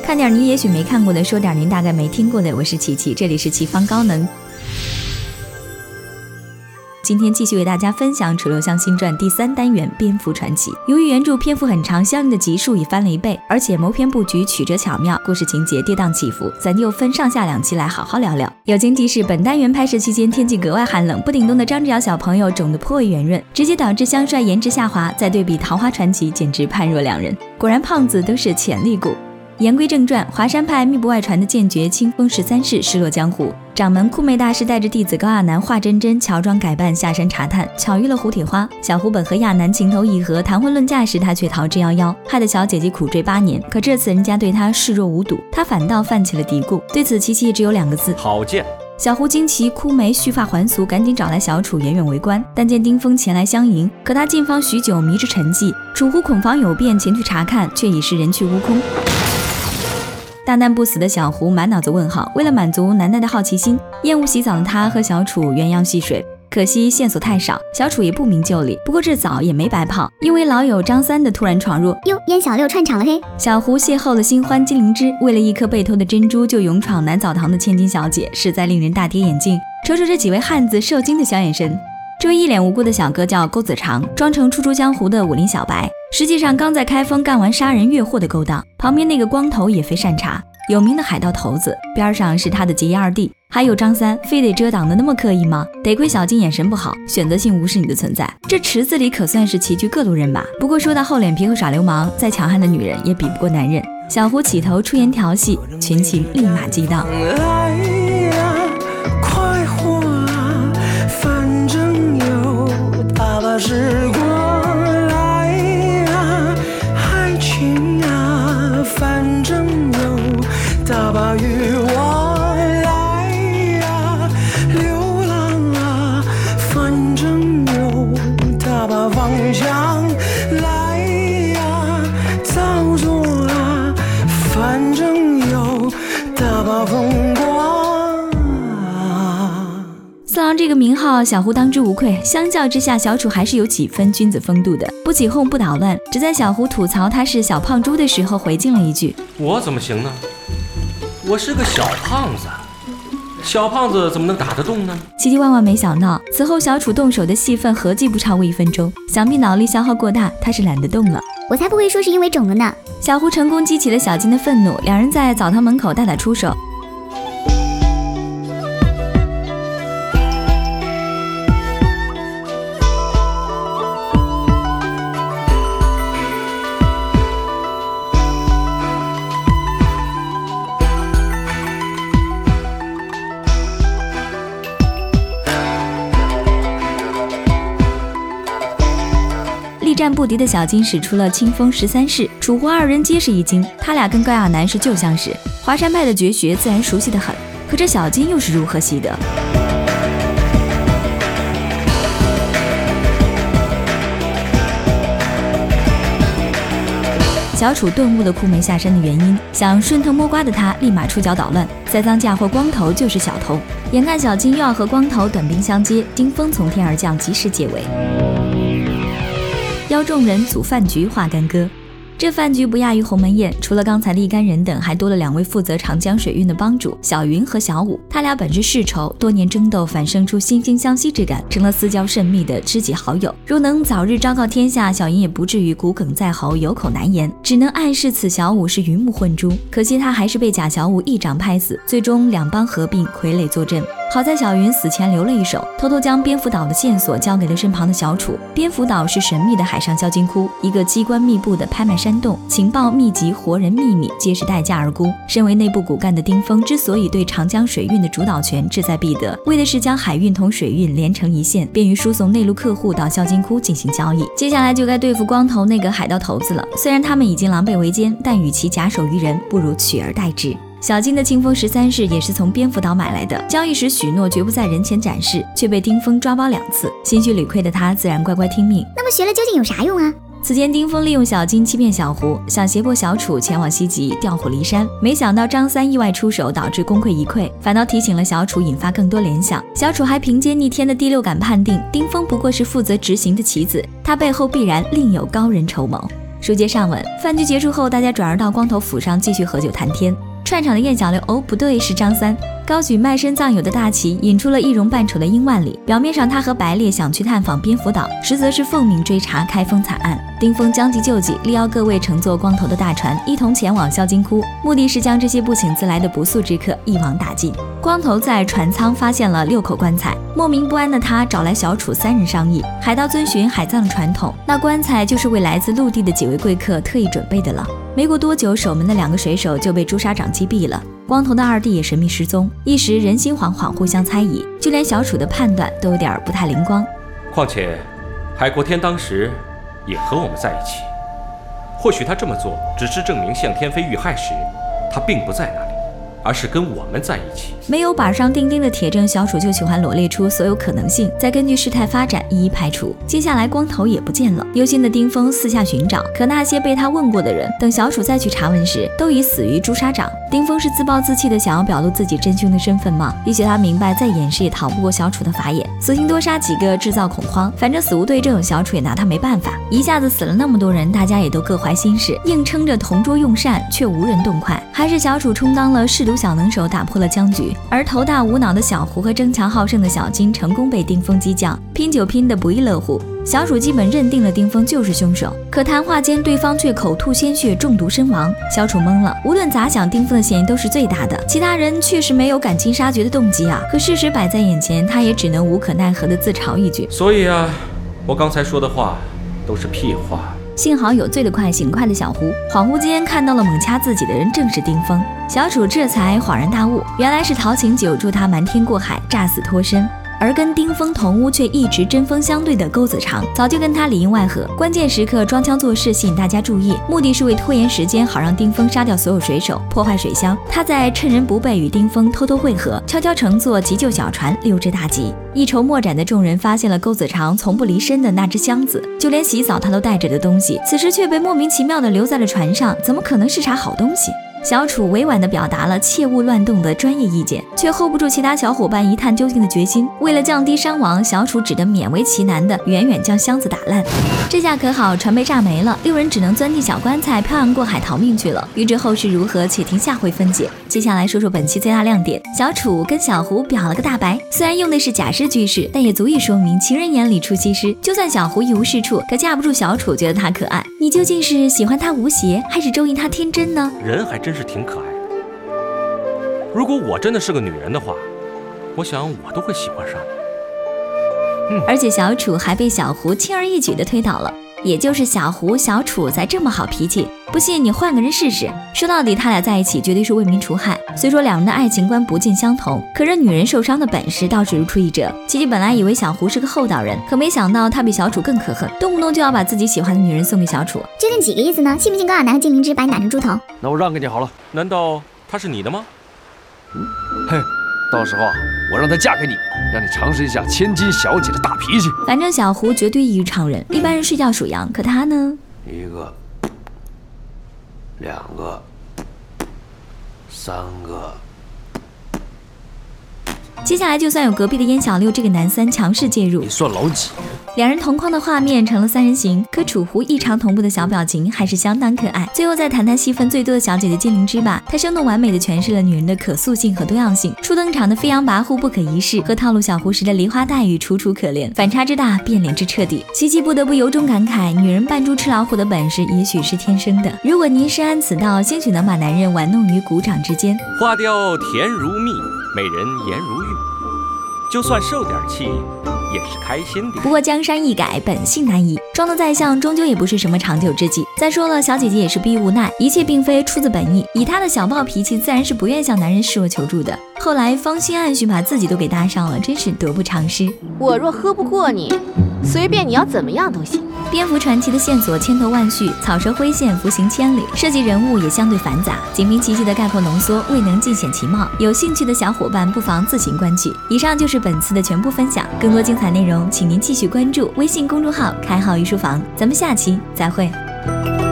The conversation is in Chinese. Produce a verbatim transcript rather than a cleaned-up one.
看点您也许没看过的，说点您大概没听过的，我是琪琪，这里是奇方高能。今天继续为大家分享《楚留香新传》第三单元蝙蝠传奇。由于原著篇幅很长，相应的集数已翻了一倍，而且谋篇布局曲折巧妙，故事情节跌宕起伏，咱就分上下两期来好好聊聊。友情提示：本单元拍摄期间天气格外寒冷，不顶冻的张志尧小朋友肿得颇为圆润，直接导致香帅颜值下滑，再对比《桃花传奇》，简直判若两人。果然胖子都是潜力股。言归正传，华山派密不外传的剑诀清风十三式失落江湖，掌门酷妹大师带着弟子高亚楠、华真真乔装改扮下山查探，巧遇了胡铁花。小胡本和亚楠情投意合，谈婚论嫁时他却逃之夭夭，害得小姐姐苦追八年。可这次人家对他视若无睹，他反倒泛起了嘀咕。对此琪琪只有两个字： 好剑。 小胡惊奇枯梅须发还俗，赶紧找来小楚远远围观，但见丁峰前来相迎，可他进房许久迷之沉寂，楚胡恐防有变前去查看，却已是人去屋空。大难不死的小胡满脑子问号，为了满足楠楠的好奇心，厌恶洗澡的他和小楚鸳鸯戏水，可惜线索太少，小楚也不明就里。不过这澡也没白泡，因为老友张三的突然闯入， 哟，燕小六串场了嘿！ 小胡邂逅了新欢金灵芝，为了一颗被偷的珍珠就勇闯南澡堂的千金小姐，实在令人大跌眼镜。瞅瞅这几位汉子受惊的小眼神。这位一脸无辜的小哥叫勾子长，装成初出江湖的武林小白，实际上刚在开封干完杀人越货的勾当。旁边那个光头也非善茬，有名的海盗头子，边上是他的结义二弟，还有张三，非得遮挡的那么刻意吗？得亏小金眼神不好，选择性无视你的存在。这池子里可算是齐聚各路人马。不过说到厚脸皮和耍流氓，再强悍的女人也比不过男人。小胡起头出言调戏，群情立马激荡。 时光来呀，爱情啊，反正有大把欲望来呀，流浪啊，反正有大把方向来呀，造作啊，反正有大把风光。 四郎这个名号，小胡当之无愧。相较之下，小楚还是有几分君子风度的，不起哄不捣乱，只在小胡吐槽他是小胖猪的时候回敬了一句： 我怎么行呢？我是个小胖子，小胖子怎么能打得动呢？ 奇迹万万没想到，此后小楚动手的戏份合计不超过一分钟，想必脑力消耗过大，他是懒得动了。 我才不会说是因为肿了呢。 小胡成功激起了小金的愤怒，两人在澡堂门口大打出手。力战不敌的小金使出了清风十三式，楚胡二人皆是一惊。他俩跟高亚楠是旧相识，华山派的绝学自然熟悉得很。可这小金又是如何习得？小楚顿悟了酷梅下山的原因，想顺藤摸瓜的他立马出脚捣乱，栽赃嫁祸光头就是小偷。眼看小金又要和光头短兵相接，丁峰从天而降，及时解围。邀众人组饭局话干戈，这饭局不亚于鸿门宴，除了刚才的一干人等，还多了两位负责长江水运的帮主小云和小武。他俩本是世仇，多年争斗反生出惺惺相惜之感，成了私交甚密的知己好友。若能早日昭告天下，小云也不至于骨梗在喉，有口难言，只能暗示此小武是鱼目混珠。可惜他还是被贾小武一掌拍死，最终两帮合并，傀儡坐镇。好在小云死前留了一手，偷偷将蝙蝠岛的线索交给了身旁的小楚。蝙蝠岛是神秘的海上销金窟，一个机关密布的拍卖山洞，情报秘籍、活人秘密皆是待价而沽。身为内部骨干的丁峰之所以对长江水运的主导权志在必得，为的是将海运同水运连成一线，便于输送内陆客户到销金窟进行交易。接下来就该对付光头那个海盗头子了。虽然他们已经狼狈为奸，但与其假手于人，不如取而代之。小金的清风十三式也是从蝙蝠岛买来的，交易时许诺绝不在人前展示，却被丁峰抓包两次，心虚理亏的他自然乖乖听命。 那么学了究竟有啥用啊？ 此间丁峰利用小金欺骗小胡，想胁迫小楚前往西极调虎离山，没想到张三意外出手，导致功亏一篑，反倒提醒了小楚，引发更多联想。小楚还凭借逆天的第六感判定丁峰不过是负责执行的棋子，他背后必然另有高人筹谋。 书接上文，饭局结束后，大家转而到光头府上继续喝酒谈天。串场的燕小六，哦不对，是张三，高举卖身葬友的大旗，引出了一荣半丑的殷万里。表面上他和白烈想去探访蝙蝠岛，实则是奉命追查开封惨案。丁峰将计就计，力邀各位乘坐光头的大船，一同前往销金窟，目的是将这些不请自来的不速之客一网打尽。光头在船舱发现了六口棺材，莫名不安的他找来小楚三人商议。海盗遵循海葬的传统，那棺材就是为来自陆地的几位贵客特意准备的了。没过多久，守门的两个水手就被朱砂长击毙了。光头的二弟也神秘失踪，一时人心惶惶，互相猜疑，就连小楚的判断都有点不太灵光。 况且，海国天当时也和我们在一起，或许他这么做只是证明向天飞遇害时，他并不在那里，而是跟我们在一起。 没有板上钉钉的铁证，小楚就喜欢罗列出所有可能性，再根据事态发展一一排除。接下来光头也不见了，忧心的丁峰四下寻找，可那些被他问过的人，等小楚再去查问时，都已死于朱砂掌。丁峰是自暴自弃的想要表露自己真凶的身份吗？也许他明白再掩饰也逃不过小楚的法眼，索性多杀几个制造恐慌，反正死无对证，小楚也拿他没办法。一下子死了那么多人，大家也都各怀心事，硬撑着同桌用膳，却无人动筷。还是小楚充当了嗜赌小能手，打破了僵局，而头大无脑的小胡和争强好胜的小金成功被丁峰激将，拼酒拼得不亦乐乎。小楚基本认定了丁峰就是凶手，可谈话间对方却口吐鲜血，中毒身亡。小楚懵了，无论咋想，丁峰的嫌疑都是最大的，其他人确实没有赶尽杀绝的动机啊。可事实摆在眼前，他也只能无可奈何地自嘲一句： 所以啊，我刚才说的话都是屁话。 幸好有醉得快醒快的小胡，恍惚间看到了猛掐自己的人正是丁峰。小楚这才恍然大悟，原来是陶晴久助他瞒天过海，诈死脱身。而跟丁峰同屋却一直针锋相对的钩子长，早就跟他里应外合，关键时刻装腔作势吸引大家注意，目的是为拖延时间，好让丁峰杀掉所有水手，破坏水箱。他在趁人不备与丁峰偷偷会合，悄悄乘坐急救小船溜之大吉。一筹莫展的众人发现了钩子长从不离身的那只箱子，就连洗澡他都带着的东西，此时却被莫名其妙的留在了船上，怎么可能是啥好东西？小楚委婉地表达了切勿乱动的专业意见，却 hold 不住其他小伙伴一探究竟的决心。为了降低伤亡，小楚只得勉为其难地远远将箱子打烂。这下可好，船被炸没了，六人只能钻进小棺材漂洋过海逃命去了。欲知后事如何，且听下回分解。接下来说说本期最大亮点，小楚跟小胡表了个大白，虽然用的是假诗句式，但也足以说明情人眼里出西施。就算小胡一无是处，可架不住小楚觉得他可爱。你究竟是喜欢他无邪，还是中意他天真呢？ 人还真是挺可爱的。如果我真的是个女人的话，我想我都会喜欢上你。嗯， 而且小楚还被小胡轻而易举地推倒了，也就是小胡小楚才这么好脾气。不信你换个人试试。说到底，他俩在一起绝对是为民除害。虽说两人的爱情观不尽相同，可是女人受伤的本事倒是如出一辙。琪琪本来以为小胡是个厚道人，可没想到他比小楚更可恨，动不动就要把自己喜欢的女人送给小楚。 究竟几个意思呢？信不信高亚楠和金灵芝把你打成猪头？ 那我让给你好了。 难道她是你的吗？ 嘿，到时候啊，我让她嫁给你，让你尝试一下千金小姐的大脾气。 反正小胡绝对异于常人，一般人睡觉属羊，可他呢？ 一个，两个，三个。 接下来就算有隔壁的燕小六这个男三强势介入， 你算老几？ 两人同框的画面成了三人行，可楚胡异常同步的小表情还是相当可爱。最后再谈谈戏份最多的小姐姐金灵芝吧，她生动完美的诠释了女人的可塑性和多样性。初登场的飞扬跋扈不可一世，和套路小胡时的梨花带雨楚楚可怜，反差之大，变脸之彻底。琪琪不得不由衷感慨，女人扮猪吃老虎的本事也许是天生的。如果您深谙此道，兴许能把男人玩弄于股掌之间。 花雕甜如蜜，美人颜如玉，就算受点气也是开心的。 不过江山易改，本性难移，装得再像终究也不是什么长久之计。再说了，小姐姐也是逼无奈，一切并非出自本意，以她的小暴脾气自然是不愿向男人示弱求助的。后来芳心暗许，把自己都给搭上了，真是得不偿失。 我若喝不过你，随便你要怎么样都行。 蝙蝠传奇的线索千头万绪，草蛇灰线浮行千里，涉及人物也相对繁杂，仅凭琪琪的概括浓缩未能尽显其貌。有兴趣的小伙伴不妨自行观剧。以上就是本次的全部分享，更多精彩内容请您继续关注微信公众号开号御书房，咱们下期再会。